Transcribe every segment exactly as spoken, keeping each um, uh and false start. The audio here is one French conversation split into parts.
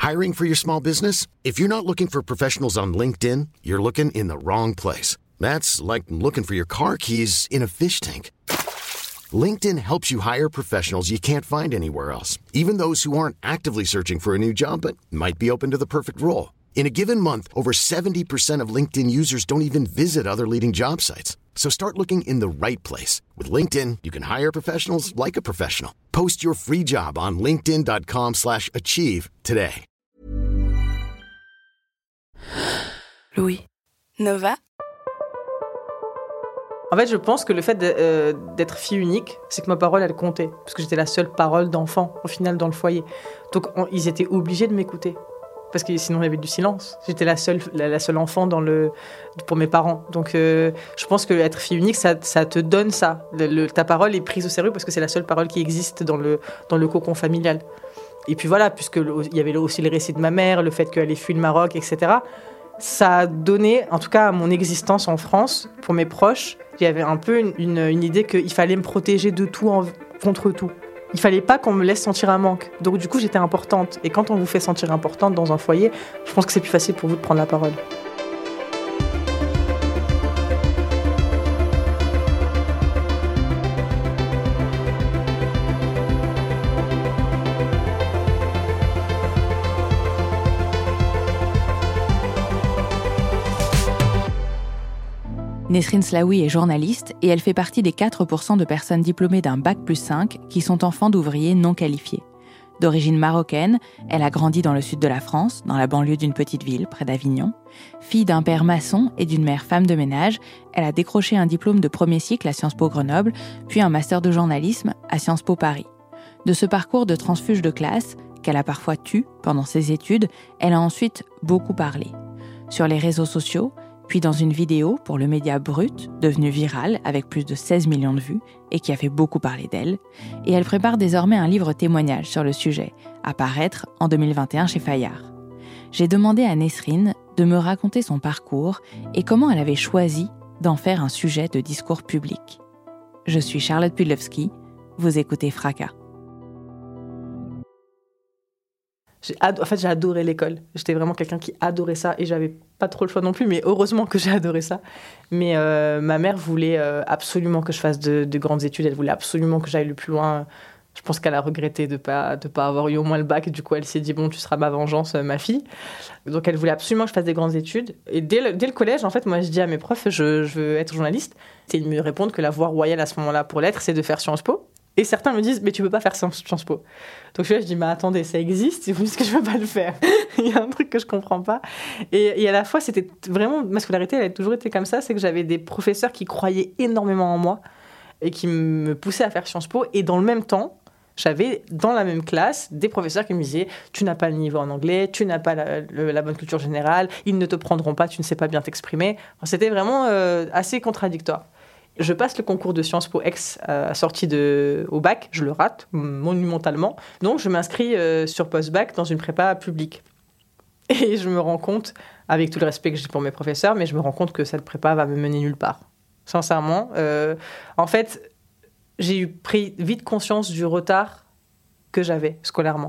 Hiring for your small business? If you're not looking for professionals on LinkedIn, you're looking in the wrong place. That's like looking for your car keys in a fish tank. LinkedIn helps you hire professionals you can't find anywhere else, even those who aren't actively searching for a new job but might be open to the perfect role. In a given month, over seventy percent of LinkedIn users don't even visit other leading job sites. So start looking in the right place. With LinkedIn, you can hire professionals like a professional. Post your free job on linkedin dot com slash achieve today. Louis. Nova. En fait, je pense que le fait de, euh, d'être fille unique, c'est que ma parole, elle comptait. Parce que j'étais la seule parole d'enfant, au final, dans le foyer. Donc, on, ils étaient obligés de m'écouter. Parce que sinon, il y avait du silence. J'étais la seule, la, la seule enfant dans le, pour mes parents. Donc, euh, je pense que être fille unique, ça, ça te donne ça. Le, le, ta parole est prise au sérieux parce que c'est la seule parole qui existe dans le, dans le cocon familial. Et puis voilà, puisque il y avait aussi le récit de ma mère, le fait qu'elle ait fui le Maroc, et cetera. Ça a donné, en tout cas à mon existence en France, pour mes proches, il y avait un peu une, une, une idée qu'il fallait me protéger de tout en, contre tout. Il fallait pas qu'on me laisse sentir un manque. Donc du coup, j'étais importante. Et quand on vous fait sentir importante dans un foyer, je pense que c'est plus facile pour vous de prendre la parole. Nesrine Slaoui est journaliste et elle fait partie des quatre pour cent de personnes diplômées d'un bac plus cinq qui sont enfants d'ouvriers non qualifiés. D'origine marocaine, elle a grandi dans le sud de la France, dans la banlieue d'une petite ville près d'Avignon. Fille d'un père maçon et d'une mère femme de ménage, elle a décroché un diplôme de premier cycle à Sciences Po Grenoble, puis un master de journalisme à Sciences Po Paris. De ce parcours de transfuge de classe, qu'elle a parfois tu pendant ses études, elle a ensuite beaucoup parlé. Sur les réseaux sociaux, puis dans une vidéo pour le média Brut, devenue virale avec plus de seize millions de vues et qui a fait beaucoup parler d'elle. Et elle prépare désormais un livre témoignage sur le sujet, à paraître en deux mille vingt et un chez Fayard. J'ai demandé à Nesrine de me raconter son parcours et comment elle avait choisi d'en faire un sujet de discours public. Je suis Charlotte Pudlowski, vous écoutez Fracas. J'ai ado- en fait, j'ai adoré l'école. J'étais vraiment quelqu'un qui adorait ça et j'avais pas trop le choix non plus, mais heureusement que j'ai adoré ça. Mais euh, ma mère voulait euh, absolument que je fasse de, de grandes études. Elle voulait absolument que j'aille le plus loin. Je pense qu'elle a regretté de ne pas, de pas avoir eu au moins le bac. Du coup, elle s'est dit, bon, tu seras ma vengeance, ma fille. Donc, elle voulait absolument que je fasse des grandes études. Et dès le, dès le collège, en fait, moi, je dis à mes profs, je, je veux être journaliste. Et ils me répondent que la voie royale à ce moment-là pour l'être, c'est de faire Sciences Po. Et certains me disent, mais tu peux pas faire Sciences Po. Donc je, là, je dis, mais attendez, ça existe, et vous me dites que je peux pas le faire. Il y a un truc que je comprends pas. Et, et à la fois, c'était vraiment, ma scolarité, elle a toujours été comme ça, c'est que j'avais des professeurs qui croyaient énormément en moi et qui me poussaient à faire Sciences Po. Et dans le même temps, j'avais dans la même classe des professeurs qui me disaient, tu n'as pas le niveau en anglais, tu n'as pas la, le, la bonne culture générale, ils ne te prendront pas, tu ne sais pas bien t'exprimer. Enfin, c'était vraiment euh, assez contradictoire. Je passe le concours de Sciences Po Ex euh, sortie de, au bac, je le rate monumentalement. Donc je m'inscris euh, sur post-bac dans une prépa publique. Et je me rends compte, avec tout le respect que j'ai pour mes professeurs, mais je me rends compte que cette prépa va me mener nulle part. Sincèrement. Euh, en fait, j'ai eu pris vite conscience du retard que j'avais scolairement.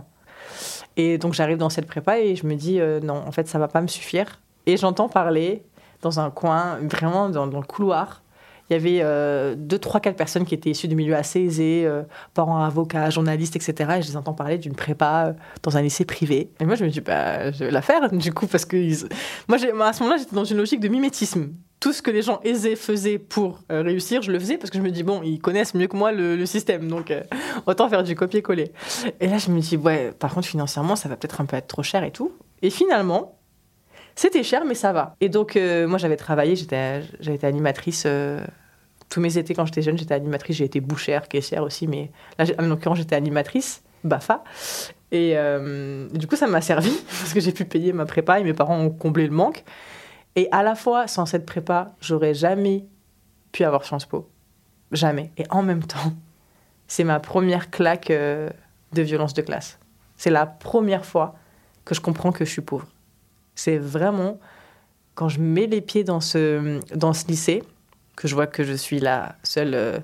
Et donc j'arrive dans cette prépa et je me dis, euh, non, en fait, ça ne va pas me suffire. Et j'entends parler dans un coin, vraiment dans, dans le couloir. Il y avait euh, deux, trois, quatre personnes qui étaient issues de milieux assez aisés, euh, parents avocats, journalistes, et cetera. Et je les entends parler d'une prépa euh, dans un lycée privé. Et moi, je me dis, bah, je vais la faire, du coup, parce que... Ils... Moi, j'ai... moi, à ce moment-là, j'étais dans une logique de mimétisme. Tout ce que les gens aisés faisaient pour euh, réussir, je le faisais parce que je me dis, bon, ils connaissent mieux que moi le, le système, donc euh, autant faire du copier-coller. Et là, je me dis, ouais, par contre, financièrement, ça va peut-être un peu être trop cher et tout. Et finalement... C'était cher, mais ça va. Et donc, euh, moi, j'avais travaillé, j'étais, j'avais été animatrice. Euh, tous mes étés, quand j'étais jeune, j'étais animatrice. J'ai été bouchère, caissière aussi, mais là, en l'occurrence, j'étais animatrice, B A F A. Et euh, du coup, ça m'a servi, parce que j'ai pu payer ma prépa et mes parents ont comblé le manque. Et à la fois, sans cette prépa, j'aurais jamais pu avoir Sciences Po. Jamais. Et en même temps, c'est ma première claque euh, de violence de classe. C'est la première fois que je comprends que je suis pauvre. C'est vraiment, quand je mets les pieds dans ce, dans ce lycée, que je vois que je suis la seule euh,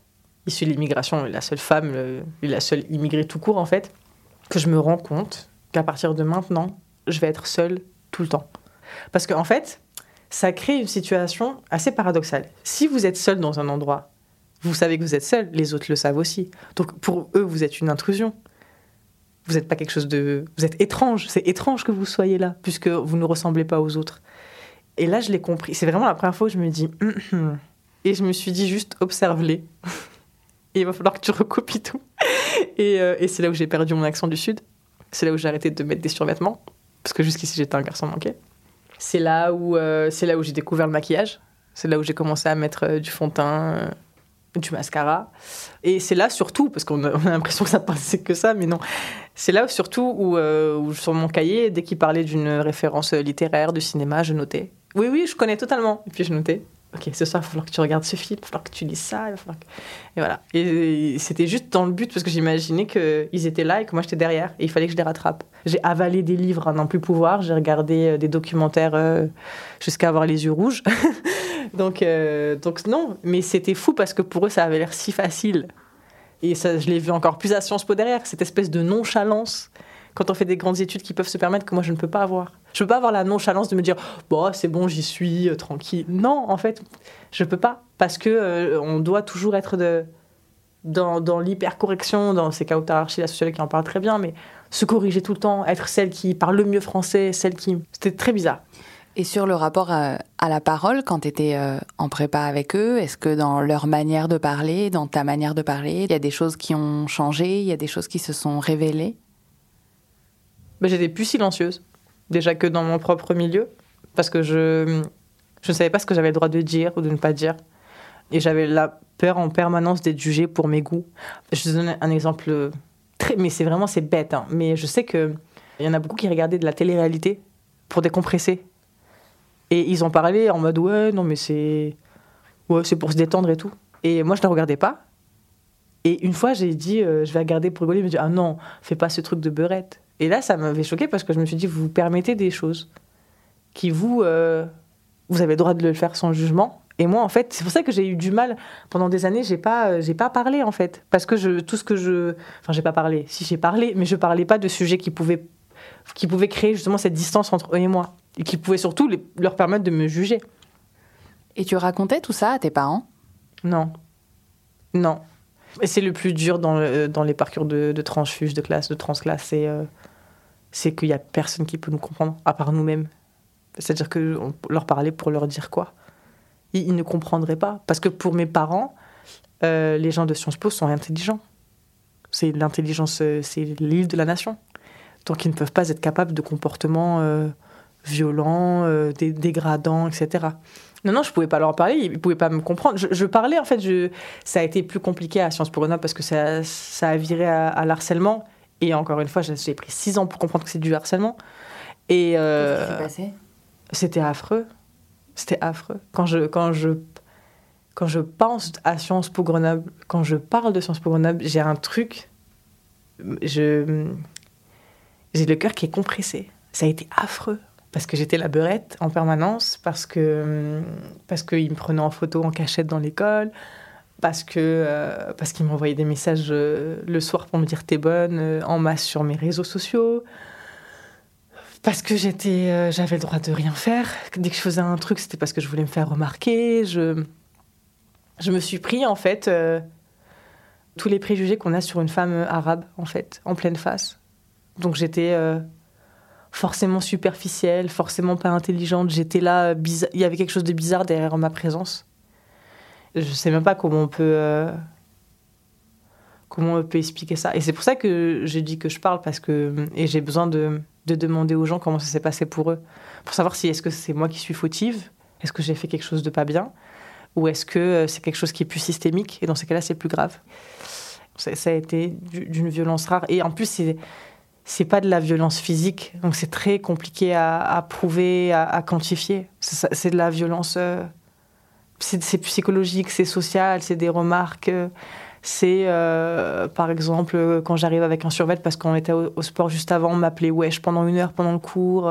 issue de l'immigration, la seule femme, euh, la seule immigrée tout court, en fait, que je me rends compte qu'à partir de maintenant, je vais être seule tout le temps. Parce qu'en fait, ça crée une situation assez paradoxale. Si vous êtes seul dans un endroit, vous savez que vous êtes seul, les autres le savent aussi. Donc pour eux, vous êtes une intrusion. Vous n'êtes pas quelque chose de... Vous êtes étrange. C'est étrange que vous soyez là, puisque vous ne ressemblez pas aux autres. Et là, je l'ai compris. C'est vraiment la première fois où je me dis... Hum, hum. Et je me suis dit juste, observe-les. Et il va falloir que tu recopies tout. Et, euh, et c'est là où j'ai perdu mon accent du Sud. C'est là où j'ai arrêté de mettre des survêtements. Parce que jusqu'ici, j'étais un garçon manqué. C'est là où, euh, c'est là où j'ai découvert le maquillage. C'est là où j'ai commencé à mettre euh, du fond de teint, euh, du mascara. Et c'est là surtout, parce qu'on a, on a l'impression que ça passait que ça, mais non. C'est là surtout où, euh, où sur mon cahier, dès qu'il parlait d'une référence littéraire, de cinéma, je notais. Oui, oui, je connais totalement. Et puis je notais. Ok, ce soir, il va falloir que tu regardes ce film, il va falloir que tu lises ça, il va falloir que... Et voilà. Et c'était juste dans le but, parce que j'imaginais qu'ils étaient là et que moi, j'étais derrière. Et il fallait que je les rattrape. J'ai avalé des livres à n'en plus pouvoir. J'ai regardé des documentaires euh, jusqu'à avoir les yeux rouges. donc, euh, donc, non. Mais c'était fou, parce que pour eux, ça avait l'air si facile. Et ça, je l'ai vu encore plus à Sciences Po derrière, cette espèce de nonchalance. Quand on fait des grandes études qui peuvent se permettre, que moi, je ne peux pas avoir. Je ne peux pas avoir la nonchalance de me dire « Bon, c'est bon, j'y suis, euh, tranquille ». Non, en fait, je ne peux pas. Parce qu'on euh, doit toujours être de, dans, dans l'hypercorrection, dans ces cas où Archie, la sociologue qui en parle très bien, mais se corriger tout le temps, être celle qui parle le mieux français, celle qui... C'était très bizarre. Et sur le rapport à, à la parole, quand tu étais euh, en prépa avec eux, est-ce que dans leur manière de parler, dans ta manière de parler, il y a des choses qui ont changé, il y a des choses qui se sont révélées ? Ben, j'étais plus silencieuse, déjà que dans mon propre milieu, parce que je, je ne savais pas ce que j'avais le droit de dire ou de ne pas dire. Et j'avais la peur en permanence d'être jugée pour mes goûts. Je te donne un exemple très... Mais c'est vraiment, c'est bête, hein, mais je sais qu'il y en a beaucoup qui regardaient de la télé-réalité pour décompresser. Et ils en parlaient en mode « Ouais, non, mais c'est... Ouais, c'est pour se détendre et tout. » Et moi, je ne la regardais pas. Et une fois, j'ai dit euh, « Je vais regarder pour rigoler. » Il me dit « Ah non, fais pas ce truc de beurette. » Et là, ça m'avait choquée parce que je me suis dit, vous vous permettez des choses qui, vous, euh, vous avez le droit de le faire sans jugement. Et moi, en fait, c'est pour ça que j'ai eu du mal. Pendant des années, j'ai pas, euh, j'ai pas parlé, en fait. Parce que je, tout ce que je... Enfin, j'ai pas parlé. Si, j'ai parlé, mais je parlais pas de sujets qui pouvaient, qui pouvaient créer justement cette distance entre eux et moi. Et qui pouvaient surtout les, leur permettre de me juger. Et tu racontais tout ça à tes parents ? Non. Non. Et c'est le plus dur dans, le, dans les parcours de, de transfuge, de classe, de transclasse, c'est, euh, c'est qu'il n'y a personne qui peut nous comprendre, à part nous-mêmes. C'est-à-dire qu'on leur parlait pour leur dire quoi ? Ils, ils ne comprendraient pas. Parce que pour mes parents, euh, les gens de Sciences Po sont intelligents. C'est l'intelligence, c'est l'île de la nation. Donc ils ne peuvent pas être capables de comportements euh, violents, euh, dé- dégradants, et cetera. Non, non, je ne pouvais pas leur parler, ils ne pouvaient pas me comprendre. Je, je parlais, en fait, je, ça a été plus compliqué à Sciences Po Grenoble parce que ça, ça a viré à, à l'harcèlement. Et encore une fois, j'ai, j'ai pris six ans pour comprendre que c'est du harcèlement. Et euh, qu'est-ce qui s'est passé ? C'était affreux. C'était affreux. Quand je, quand, je, quand je pense à Sciences Po Grenoble, quand je parle de Sciences Po Grenoble, j'ai un truc... Je, j'ai le cœur qui est compressé. Ça a été affreux. Parce que j'étais la beurette en permanence, parce que parce qu'ils me prenaient en photo en cachette dans l'école, parce que euh, parce qu'ils m'envoyaient des messages euh, le soir pour me dire t'es bonne euh, en masse sur mes réseaux sociaux, parce que j'étais euh, j'avais le droit de rien faire. Dès que je faisais un truc, c'était parce que je voulais me faire remarquer. Je je me suis pris en fait euh, tous les préjugés qu'on a sur une femme arabe en fait en pleine face. Donc j'étais euh, forcément superficielle, forcément pas intelligente. J'étais là, bizarre. Il y avait quelque chose de bizarre derrière ma présence. Je sais même pas comment on peut, euh... comment on peut expliquer ça. Et c'est pour ça que j'ai dit que je parle, parce que et j'ai besoin de, de demander aux gens comment ça s'est passé pour eux, pour savoir si est-ce que c'est moi qui suis fautive, est-ce que j'ai fait quelque chose de pas bien, ou est-ce que c'est quelque chose qui est plus systémique. Et dans ces cas-là, c'est plus grave. Ça, ça a été d'une violence rare. Et en plus, c'est c'est pas de la violence physique, donc c'est très compliqué à, à prouver, à, à quantifier. C'est, c'est de la violence, euh, c'est, c'est psychologique, c'est social, c'est des remarques. C'est, euh, par exemple, quand j'arrive avec un survêt, parce qu'on était au, au sport juste avant, on m'appelait wesh pendant une heure pendant le cours.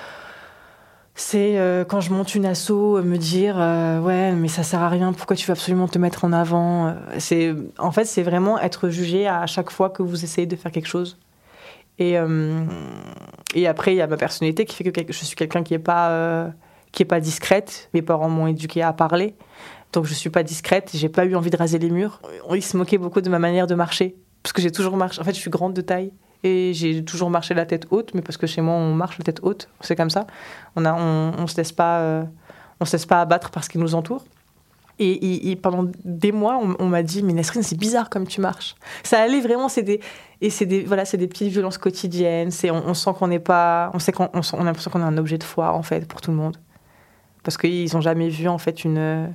C'est euh, quand je monte une asso, me dire euh, ouais, mais ça sert à rien, pourquoi tu veux absolument te mettre en avant. C'est, en fait, c'est vraiment être jugé à chaque fois que vous essayez de faire quelque chose. Et, euh, et après, il y a ma personnalité qui fait que je suis quelqu'un qui n'est pas, euh, qui est pas discrète. Mes parents m'ont éduquée à parler. Donc, je ne suis pas discrète. Je n'ai pas eu envie de raser les murs. Ils se moquaient beaucoup de ma manière de marcher. Parce que j'ai toujours marché. En fait, je suis grande de taille. Et j'ai toujours marché la tête haute. Mais parce que chez moi, on marche la tête haute. C'est comme ça. On a, on, on se laisse pas, euh, on se laisse pas abattre par ce qui nous entoure. Et, et, et pendant des mois, on, on m'a dit « Mais Nesrine, c'est bizarre comme tu marches. » Ça allait vraiment, c'est des, et c'est des, voilà, c'est des petites violences quotidiennes. C'est, on, on sent qu'on n'est pas... On, sait qu'on, on, on a l'impression qu'on est un objet de foire, en fait, pour tout le monde. Parce qu'ils n'ont jamais vu, en fait, une,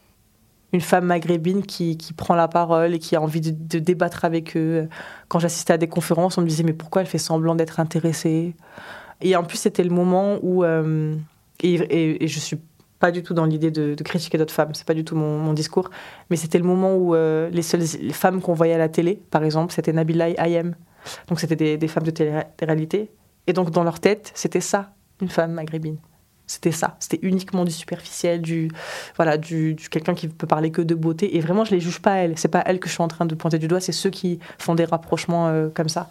une femme maghrébine qui, qui prend la parole et qui a envie de, de débattre avec eux. Quand j'assistais à des conférences, on me disait « Mais pourquoi elle fait semblant d'être intéressée ?» Et en plus, c'était le moment où... Euh, et, et, et je suis pas du tout dans l'idée de, de critiquer d'autres femmes, c'est pas du tout mon, mon discours, mais c'était le moment où euh, les seules les femmes qu'on voyait à la télé, par exemple, c'était Nabila et Ayem. Donc c'était des, des femmes de télé-réalité. Et donc dans leur tête, c'était ça, une femme maghrébine. C'était ça, c'était uniquement du superficiel, du, voilà, du, du quelqu'un qui peut parler que de beauté. Et vraiment, je les juge pas elles, c'est pas elles que je suis en train de pointer du doigt, c'est ceux qui font des rapprochements euh, comme ça.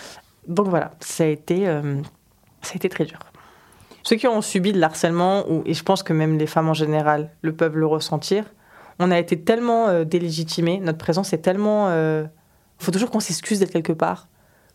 Donc voilà, ça a été, euh, ça a été très dur. Ceux qui ont subi de l'harcèlement, et je pense que même les femmes en général le peuvent le ressentir, on a été tellement euh, délégitimés, notre présence est tellement... Il euh, faut toujours qu'on s'excuse d'être quelque part,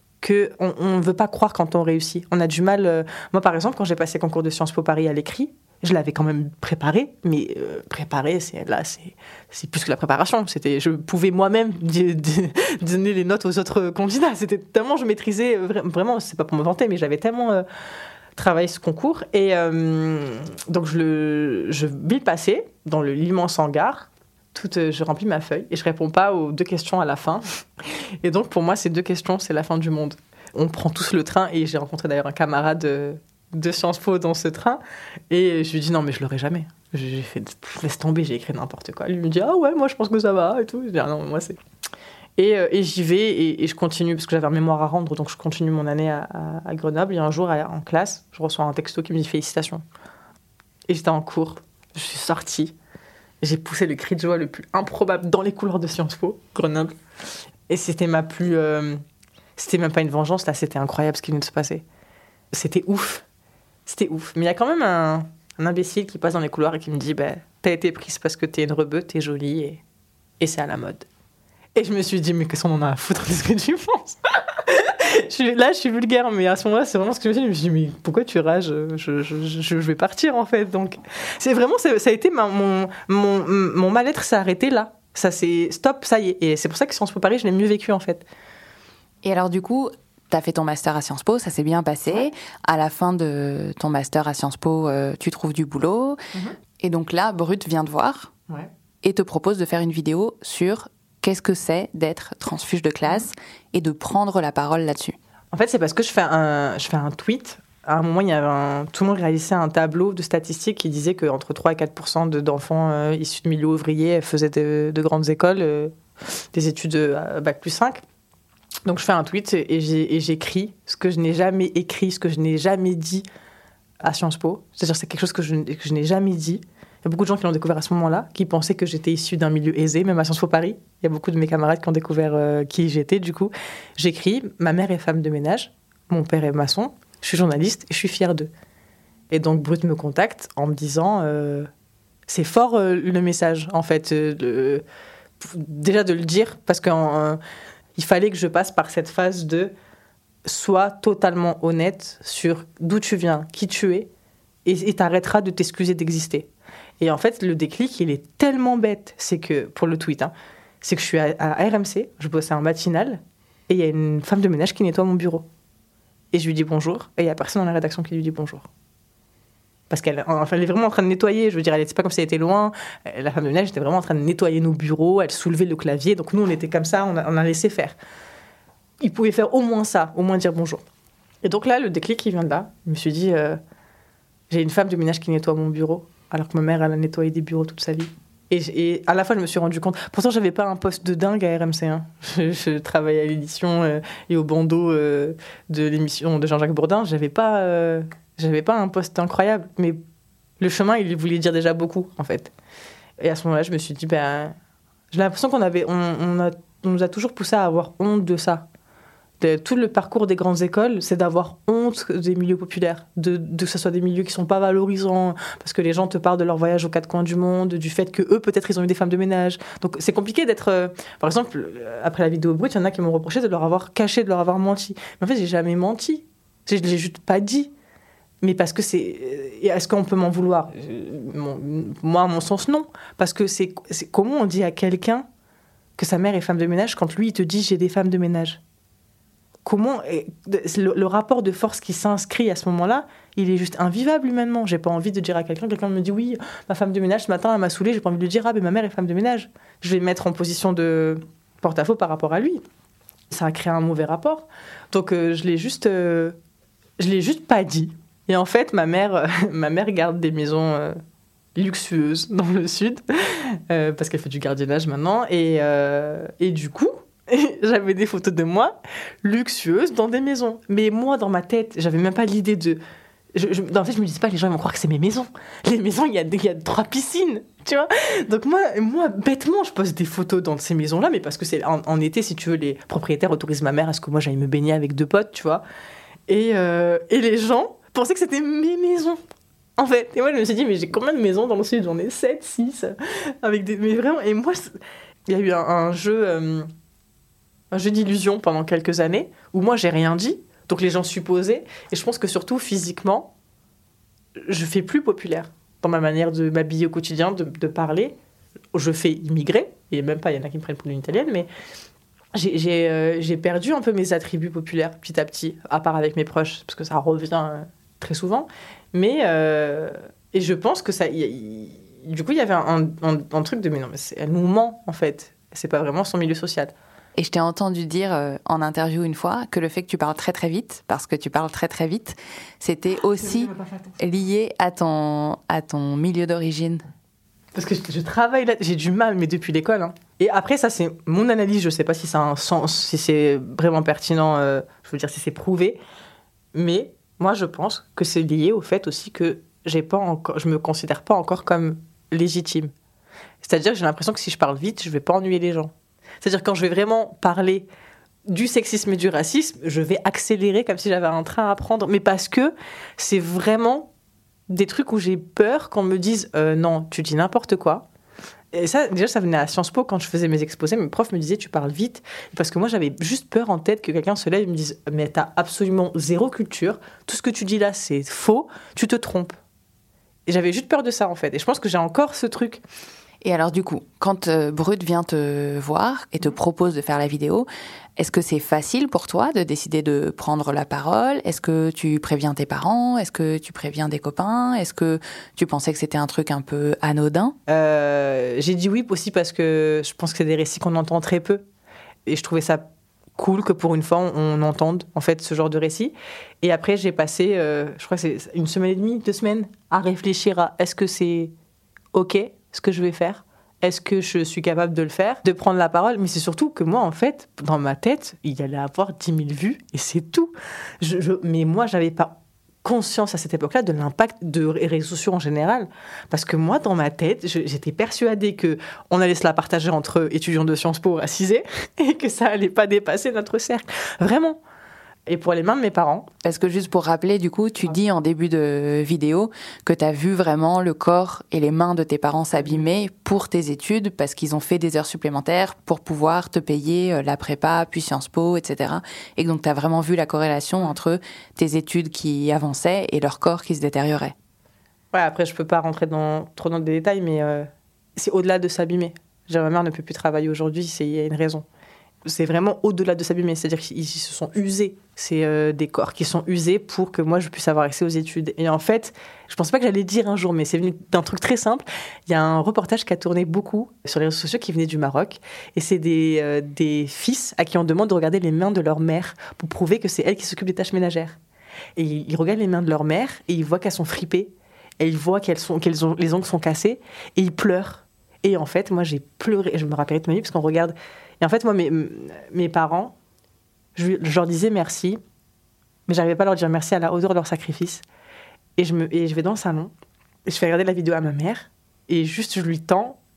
qu'on ne veut pas croire quand on réussit. On a du mal... Euh, moi, par exemple, quand j'ai passé le concours de Sciences Po Paris à l'écrit, je l'avais quand même préparé, mais euh, préparé, c'est, là, c'est, c'est plus que la préparation. C'était, je pouvais moi-même d- d- donner les notes aux autres candidats. C'était tellement... Je maîtrisais... Euh, vraiment, c'est pas pour me vanter, mais j'avais tellement... Euh, travailler ce concours et euh, donc je le je vais le passer dans le l'immense hangar. Tout, euh, je remplis ma feuille et je réponds pas aux deux questions à la fin. Et donc pour moi ces deux questions c'est la fin du monde. On prend tous le train et j'ai rencontré d'ailleurs un camarade de, de Sciences Po dans ce train et je lui dis non mais je l'aurai jamais. J'ai fait laisse tomber, j'ai écrit n'importe quoi. Lui me dit ah ouais moi je pense que ça va et tout. Je dis ah non moi c'est Et, euh, et j'y vais et, et je continue, parce que j'avais un mémoire à rendre, donc je continue mon année à, à, à Grenoble. Et un jour, à, en classe, je reçois un texto qui me dit « Félicitations ». Et j'étais en cours, je suis sortie, j'ai poussé le cri de joie le plus improbable dans les couloirs de Sciences Po, Grenoble. Et c'était ma plus... Euh, c'était même pas une vengeance, là, c'était incroyable ce qui venait de se passer. C'était ouf, c'était ouf. Mais il y a quand même un, un imbécile qui passe dans les couloirs et qui me dit bah, « T'as été prise parce que t'es une rebeu, t'es jolie et, et c'est à la mode ». Et je me suis dit, mais qu'est-ce qu'on en a à foutre de ce que tu penses? je suis, Là, je suis vulgaire, mais à ce moment-là, c'est vraiment ce que je me suis dit. Je me suis dit, mais pourquoi tu rages? je, je, je, je vais partir, en fait. Donc, c'est vraiment, c'est, ça a été ma, mon, mon, mon mal-être s'est arrêté là. Ça, c'est stop, ça y est. Et c'est pour ça que Sciences Po Paris, je l'ai mieux vécu, en fait. Et alors, du coup, tu as fait ton master à Sciences Po, ça s'est bien passé. Ouais. À la fin de ton master à Sciences Po, euh, tu trouves du boulot. Mm-hmm. Et donc là, Brut vient te voir ouais. et te propose de faire une vidéo sur... Qu'est-ce que c'est d'être transfuge de classe et de prendre la parole là-dessus? En fait, c'est parce que je fais un, je fais un tweet. À un moment, il y avait un, tout le monde réalisait un tableau de statistiques qui disait qu'entre trois et quatre pour cent de, d'enfants euh, issus de milieux ouvriers faisaient de, de grandes écoles, euh, des études à bac plus cinq. Donc, je fais un tweet et, j'ai, et j'écris ce que je n'ai jamais écrit, ce que je n'ai jamais dit à Sciences Po. C'est-à-dire c'est quelque chose que je, que je n'ai jamais dit. Il y a beaucoup de gens qui l'ont découvert à ce moment-là, qui pensaient que j'étais issue d'un milieu aisé, même à Sciences Po Paris. Il y a beaucoup de mes camarades qui ont découvert euh, qui j'étais. Du coup, j'écris « Ma mère est femme de ménage, mon père est maçon, je suis journaliste et je suis fière d'eux. » Et donc, Brut me contacte en me disant euh, « C'est fort euh, le message, en fait. Euh, le... Déjà de le dire, parce qu'il euh, fallait que je passe par cette phase de « Sois totalement honnête sur d'où tu viens, qui tu es, et t'arrêteras de t'excuser d'exister. » Et en fait, le déclic, il est tellement bête, c'est que, pour le tweet, hein, c'est que je suis à, à R M C, je bossais en matinale, et il y a une femme de ménage qui nettoie mon bureau. Et je lui dis bonjour, et il n'y a personne dans la rédaction qui lui dit bonjour. Parce qu'elle enfin, elle est vraiment en train de nettoyer, je veux dire, c'est pas comme si elle était loin, la femme de ménage était vraiment en train de nettoyer nos bureaux, elle soulevait le clavier, donc nous, on était comme ça, on a, on a laissé faire. Il pouvait faire au moins ça, au moins dire bonjour. Et donc là, le déclic, il vient de là. Je me suis dit, euh, j'ai une femme de ménage qui nettoie mon bureau, alors que ma mère, elle a nettoyé des bureaux toute sa vie. Et, et à la fois, je me suis rendu compte... Pourtant, je n'avais pas un poste de dingue à R M C. Hein. Je, je travaillais à l'édition euh, et au bandeau euh, de l'émission de Jean-Jacques Bourdin. Je n'avais pas, euh, j'avais pas un poste incroyable. Mais le chemin, il voulait dire déjà beaucoup, en fait. Et à ce moment-là, je me suis dit... Ben, j'ai l'impression qu'on avait, on, on, a, on nous a toujours poussé à avoir honte de ça. De, tout le parcours des grandes écoles, c'est d'avoir honte des milieux populaires, de, de que ce soit des milieux qui sont pas valorisants, parce que les gens te parlent de leur voyage aux quatre coins du monde, du fait que eux peut-être ils ont eu des femmes de ménage. Donc c'est compliqué d'être. Euh, par exemple, après la vidéo brute, il y en a qui m'ont reproché de leur avoir caché, de leur avoir menti. Mais en fait, j'ai jamais menti. Je l'ai juste pas dit. Mais parce que c'est. Est-ce qu'on peut m'en vouloir ? Moi, à mon sens, non. Parce que c'est, c'est comment on dit à quelqu'un que sa mère est femme de ménage quand lui il te dit j'ai des femmes de ménage ? Comment le, le rapport de force qui s'inscrit à ce moment-là, il est juste invivable humainement. J'ai pas envie de dire à quelqu'un, quelqu'un me dit oui, ma femme de ménage ce matin elle m'a saoulée, j'ai pas envie de lui dire ah ben ma mère est femme de ménage. Je vais me mettre en position de porte-à-faux par rapport à lui. Ça a créé un mauvais rapport. Donc euh, je l'ai juste, euh, je l'ai juste pas dit. Et en fait ma mère, euh, ma mère garde des maisons euh, luxueuses dans le sud euh, parce qu'elle fait du gardiennage maintenant et euh, et du coup. J'avais des photos de moi luxueuses dans des maisons. Mais moi, dans ma tête, j'avais même pas l'idée de... Je, je, en fait, je me disais pas, les gens ils vont croire que c'est mes maisons. Les maisons, il y a, il y a trois piscines, tu vois. Donc moi, moi, bêtement, je poste des photos dans ces maisons-là, mais parce que c'est en, en été, si tu veux, les propriétaires autorisent ma mère à ce que moi, j'aille me baigner avec deux potes, tu vois. Et, euh, et les gens pensaient que c'était mes maisons. En fait, et moi, je me suis dit, mais j'ai combien de maisons dans le sud ? J'en ai sept, six, avec des... Mais vraiment, et moi, il y a eu un, un jeu... Euh, un jeu d'illusion pendant quelques années, où moi, j'ai rien dit, donc les gens supposaient, et je pense que surtout, physiquement, je fais plus populaire dans ma manière de m'habiller au quotidien, de, de parler. Je fais immigrer, et même pas, il y en a qui me prennent pour une italienne, mais j'ai, j'ai, euh, j'ai perdu un peu mes attributs populaires, petit à petit, à part avec mes proches, parce que ça revient euh, très souvent, mais... Euh, et je pense que ça... Y, y, du coup, il y avait un, un, un truc de, mais non, mais c'est, elle nous ment, en fait. C'est pas vraiment son milieu social. Et je t'ai entendu dire euh, en interview une fois que le fait que tu parles très très vite, parce que tu parles très très vite, c'était aussi lié à ton, à ton milieu d'origine. Parce que je, je travaille là, j'ai du mal, mais depuis l'école. Hein. Et après, ça, c'est mon analyse. Je sais pas si ça a un sens, si c'est vraiment pertinent, euh, je veux dire, si c'est prouvé. Mais moi, je pense que c'est lié au fait aussi que j'ai pas encore, je me considère pas encore comme légitime. C'est-à-dire que j'ai l'impression que si je parle vite, je vais pas ennuyer les gens. C'est-à-dire quand je vais vraiment parler du sexisme et du racisme, je vais accélérer comme si j'avais un train à prendre. Mais parce que c'est vraiment des trucs où j'ai peur qu'on me dise euh, « Non, tu dis n'importe quoi ». Et ça, déjà, ça venait à Sciences Po quand je faisais mes exposés. Mes profs me disaient « Tu parles vite ». Parce que moi, j'avais juste peur en tête que quelqu'un se lève et me dise « Mais t'as absolument zéro culture. Tout ce que tu dis là, c'est faux. Tu te trompes ». Et j'avais juste peur de ça, en fait. Et je pense que j'ai encore ce truc. Et alors du coup, quand euh, Brut vient te voir et te propose de faire la vidéo, est-ce que c'est facile pour toi de décider de prendre la parole ? Est-ce que tu préviens tes parents ? Est-ce que tu préviens des copains ? Est-ce que tu pensais que c'était un truc un peu anodin ? euh, J'ai dit oui aussi parce que je pense que c'est des récits qu'on entend très peu. Et je trouvais ça cool que pour une fois, on entende en fait ce genre de récit. Et après, j'ai passé, euh, je crois que c'est une semaine et demie, deux semaines, à réfléchir à est-ce que c'est OK ce que je vais faire ? Est-ce que je suis capable de le faire ? De prendre la parole ? Mais c'est surtout que moi, en fait, dans ma tête, il y allait avoir dix mille vues et c'est tout. Je, je, mais moi, je n'avais pas conscience à cette époque-là de l'impact des réseaux sociaux en général. Parce que moi, dans ma tête, je, j'étais persuadée qu'on allait se la partager entre étudiants de Sciences Po racisés et que ça n'allait pas dépasser notre cercle. Vraiment. Et pour les mains de mes parents. Parce que juste pour rappeler, du coup, tu dis en début de vidéo que tu as vu vraiment le corps et les mains de tes parents s'abîmer pour tes études, parce qu'ils ont fait des heures supplémentaires pour pouvoir te payer la prépa, puis Sciences Po, et cetera. Et donc, tu as vraiment vu la corrélation entre tes études qui avançaient et leur corps qui se détériorait. Ouais, après, je peux pas rentrer dans, trop dans des détails, mais euh, c'est au-delà de s'abîmer. Ma mère ne peut plus travailler aujourd'hui, c'est, il y a une raison. C'est vraiment au-delà de s'abîmer, c'est-à-dire qu'ils se sont usés. C'est euh, des corps qui sont usés pour que moi, je puisse avoir accès aux études. Et en fait, je ne pensais pas que j'allais dire un jour, mais c'est venu d'un truc très simple. Il y a un reportage qui a tourné beaucoup sur les réseaux sociaux qui venait du Maroc. Et c'est des, euh, des fils à qui on demande de regarder les mains de leur mère pour prouver que c'est elle qui s'occupe des tâches ménagères. Et ils regardent les mains de leur mère et ils voient qu'elles sont fripées. Et ils voient qu'elles sont, qu'elles ont, les ongles sont cassés. Et ils pleurent. Et en fait, moi, j'ai pleuré. Je me rappelle de ma vie parce qu'on regarde... Et en fait, moi, mes, mes parents, je, je leur disais merci, mais je n'arrivais pas à leur dire merci à la hauteur de leur sacrifice. Et je, me, et je vais dans le salon, et je fais regarder la vidéo à ma mère, et juste je lui tends,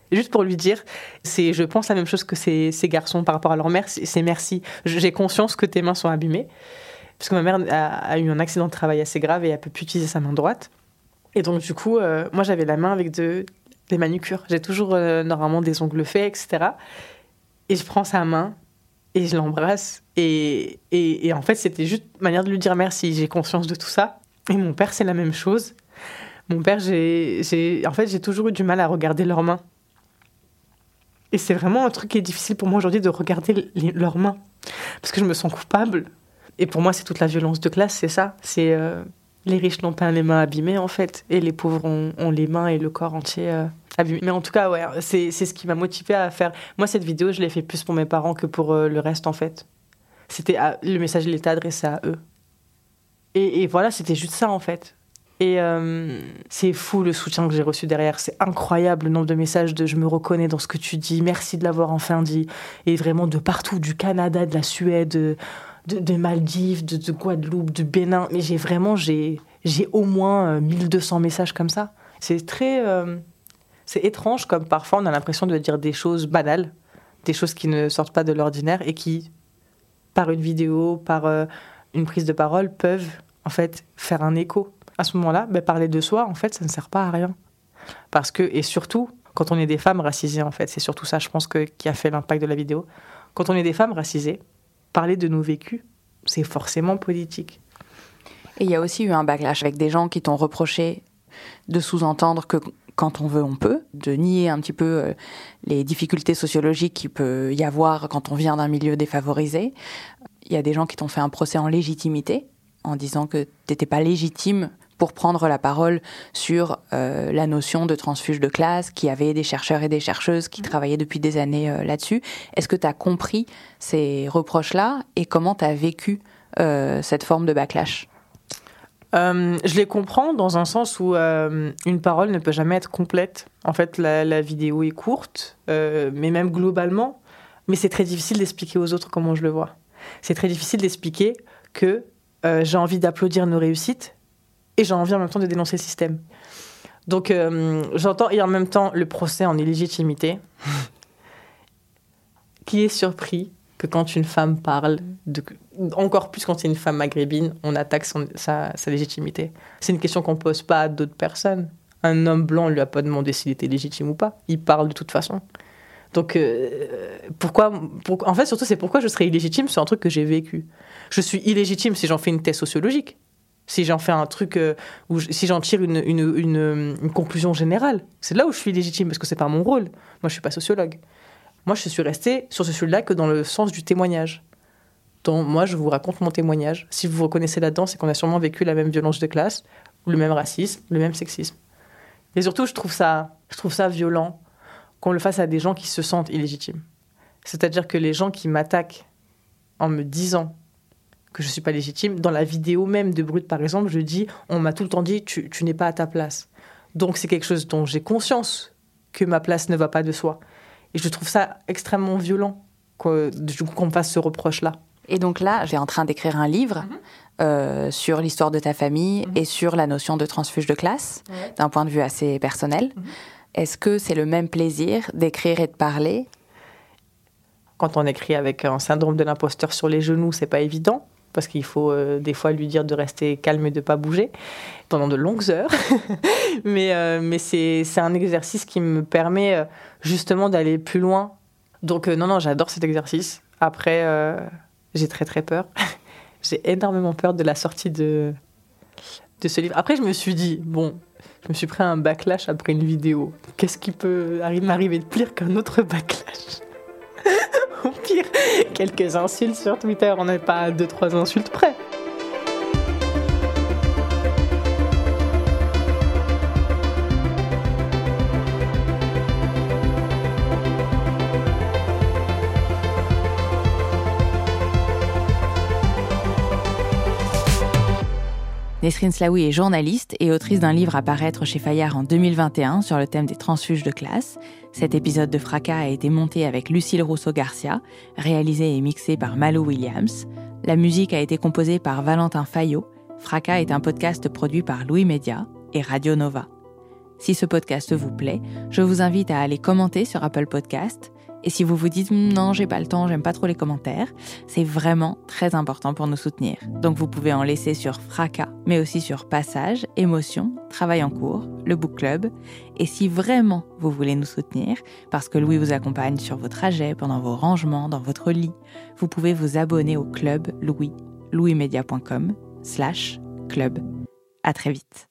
juste pour lui dire, c'est, je pense la même chose que ces, ces garçons par rapport à leur mère, c'est, c'est merci. J'ai conscience que tes mains sont abîmées, parce que ma mère a, a eu un accident de travail assez grave et elle ne peut plus utiliser sa main droite. Et donc, du coup, euh, moi, j'avais la main avec de, des manucures. J'ai toujours, euh, normalement, des ongles faits, et cetera. Et je prends sa main et je l'embrasse. Et, et, et en fait, c'était juste une manière de lui dire merci. J'ai conscience de tout ça. Et mon père, c'est la même chose. Mon père, j'ai, j'ai, en fait, j'ai toujours eu du mal à regarder leurs mains. Et c'est vraiment un truc qui est difficile pour moi aujourd'hui de regarder les, leurs mains. Parce que je me sens coupable. Et pour moi, c'est toute la violence de classe, c'est ça. C'est euh, les riches n'ont pas les mains abîmées, en fait. Et les pauvres ont, ont les mains et le corps entier euh, abîmés. Mais en tout cas, ouais, c'est, c'est ce qui m'a motivée à faire. Moi, cette vidéo, je l'ai fait plus pour mes parents que pour euh, le reste, en fait. C'était à, le message, il était adressé à eux. Et, et voilà, c'était juste ça, en fait. Et euh, c'est fou le soutien que j'ai reçu derrière. C'est incroyable le nombre de messages de « je me reconnais dans ce que tu dis, merci de l'avoir enfin dit ». Et vraiment de partout, du Canada, de la Suède, de, de Maldives, de, de Guadeloupe, de Bénin. Mais j'ai vraiment, j'ai, j'ai au moins mille deux cents messages comme ça. C'est très... Euh, c'est étrange comme parfois on a l'impression de dire des choses banales, des choses qui ne sortent pas de l'ordinaire et qui, par une vidéo, par euh, une prise de parole, peuvent en fait faire un écho. À ce moment-là, ben, parler de soi, en fait, ça ne sert pas à rien. Parce que, et surtout, quand on est des femmes racisées, en fait, c'est surtout ça, je pense, que, qui a fait l'impact de la vidéo. Quand on est des femmes racisées, parler de nos vécus, c'est forcément politique. Et il y a aussi eu un backlash avec des gens qui t'ont reproché de sous-entendre que quand on veut, on peut, de nier un petit peu les difficultés sociologiques qu'il peut y avoir quand on vient d'un milieu défavorisé. Il y a des gens qui t'ont fait un procès en légitimité, en disant que t'étais pas légitime pour prendre la parole sur euh, la notion de transfuge de classe, qu'il y avait des chercheurs et des chercheuses qui travaillaient depuis des années euh, là-dessus. Est-ce que tu as compris ces reproches-là et comment tu as vécu euh, cette forme de backlash ? euh, Je les comprends dans un sens où euh, une parole ne peut jamais être complète. En fait, la, la vidéo est courte, euh, mais même globalement, mais c'est très difficile d'expliquer aux autres comment je le vois. C'est très difficile d'expliquer que euh, j'ai envie d'applaudir nos réussites, et j'ai envie en même temps de dénoncer le système. Donc, euh, j'entends, et en même temps, le procès en illégitimité. Qui est surpris que quand une femme parle, de, encore plus quand c'est une femme maghrébine, on attaque son, sa, sa légitimité. C'est une question qu'on ne pose pas à d'autres personnes. Un homme blanc ne lui a pas demandé s'il était légitime ou pas. Il parle de toute façon. Donc, euh, pourquoi, pour, en fait, surtout, c'est pourquoi je serais illégitime sur un truc que j'ai vécu. Je suis illégitime si j'en fais une thèse sociologique. Si j'en fais un truc, euh, où je, si j'en tire une, une, une, une conclusion générale, c'est là où je suis légitime, parce que c'est pas mon rôle. Moi, je suis pas sociologue. Moi, je suis restée sur ce sujet-là que dans le sens du témoignage. Donc, moi, je vous raconte mon témoignage. Si vous vous reconnaissez là-dedans, c'est qu'on a sûrement vécu la même violence de classe, le même racisme, le même sexisme. Et surtout, je trouve ça, je trouve ça violent qu'on le fasse à des gens qui se sentent illégitimes. C'est-à-dire que les gens qui m'attaquent en me disant que je ne suis pas légitime. Dans la vidéo même de Brut, par exemple, je dis, on m'a tout le temps dit, tu, tu n'es pas à ta place. Donc c'est quelque chose dont j'ai conscience que ma place ne va pas de soi. Et je trouve ça extrêmement violent qu'on, du coup, qu'on me fasse ce reproche-là. Et donc là, j'ai en train d'écrire un livre mm-hmm. euh, sur l'histoire de ta famille mm-hmm. et sur la notion de transfuge de classe, ouais. d'un point de vue assez personnel. Mm-hmm. Est-ce que c'est le même plaisir d'écrire et de parler ? Quand on écrit avec un syndrome de l'imposteur sur les genoux, c'est pas évident. Parce qu'il faut euh, des fois lui dire de rester calme et de ne pas bouger pendant de longues heures. mais euh, mais c'est, c'est un exercice qui me permet euh, justement d'aller plus loin. Donc euh, non, non, j'adore cet exercice. Après, euh, j'ai très très peur. J'ai énormément peur de la sortie de, de ce livre. Après, je me suis dit, bon, je me suis pris un backlash après une vidéo. Qu'est-ce qui peut m'arriver de pire qu'un autre backlash ? Au pire, quelques insultes sur Twitter, on n'est pas à deux, trois insultes près. Nesrine Slaoui est journaliste et autrice d'un livre à paraître chez Fayard en deux mille vingt et un sur le thème des transfuges de classe. Cet épisode de Fracas a été monté avec Lucille Rousseau-Garcia, réalisé et mixé par Malou Williams. La musique a été composée par Valentin Fayot. Fracas est un podcast produit par Louis Média et Radio Nova. Si ce podcast vous plaît, je vous invite à aller commenter sur Apple Podcast. Et si vous vous dites « non, j'ai pas le temps, j'aime pas trop les commentaires », c'est vraiment très important pour nous soutenir. Donc vous pouvez en laisser sur Fracas, mais aussi sur Passage, Émotion, Travail en cours, le Book Club. Et si vraiment vous voulez nous soutenir, parce que Louis vous accompagne sur vos trajets, pendant vos rangements, dans votre lit, vous pouvez vous abonner au Club Louis, louismedia.com slash club. À très vite.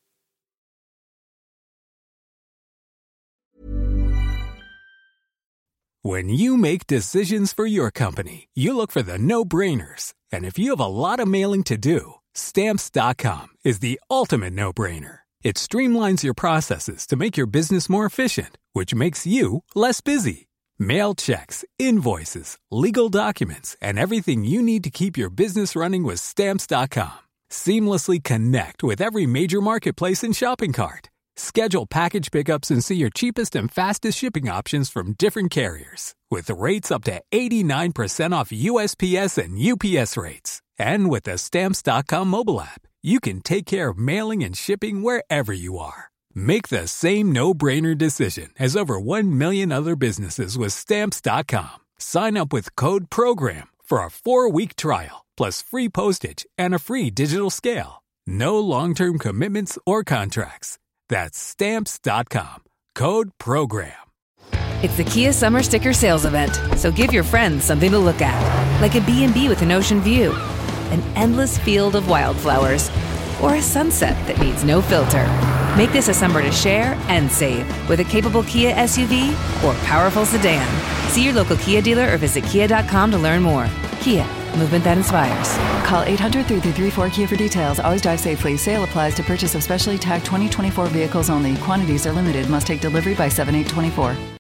When you make decisions for your company, you look for the no-brainers. And if you have a lot of mailing to do, Stamps dot com is the ultimate no-brainer. It streamlines your processes to make your business more efficient, which makes you less busy. Mail checks, invoices, legal documents, and everything you need to keep your business running with Stamps dot com. Seamlessly connect with every major marketplace and shopping cart. Schedule package pickups and see your cheapest and fastest shipping options from different carriers. With rates up to eighty-nine percent off U S P S and U P S rates. And with the Stamps dot com mobile app, you can take care of mailing and shipping wherever you are. Make the same no-brainer decision as over one million other businesses with Stamps dot com. Sign up with code PROGRAM for a four-week trial, plus free postage and a free digital scale. No long-term commitments or contracts. That's Stamps dot com. Code PROGRAM. It's the Kia Summer Sticker Sales Event, so give your friends something to look at. Like a B and B with an ocean view, an endless field of wildflowers, or a sunset that needs no filter. Make this a summer to share and save with a capable Kia S U V or powerful sedan. See your local Kia dealer or visit kia dot com to learn more. Kia, movement that inspires. Call eight hundred, three three three, four K I A for details. Always drive safely. Sale applies to purchase of specially tagged twenty twenty-four vehicles only. Quantities are limited. Must take delivery by seven eight twenty-four.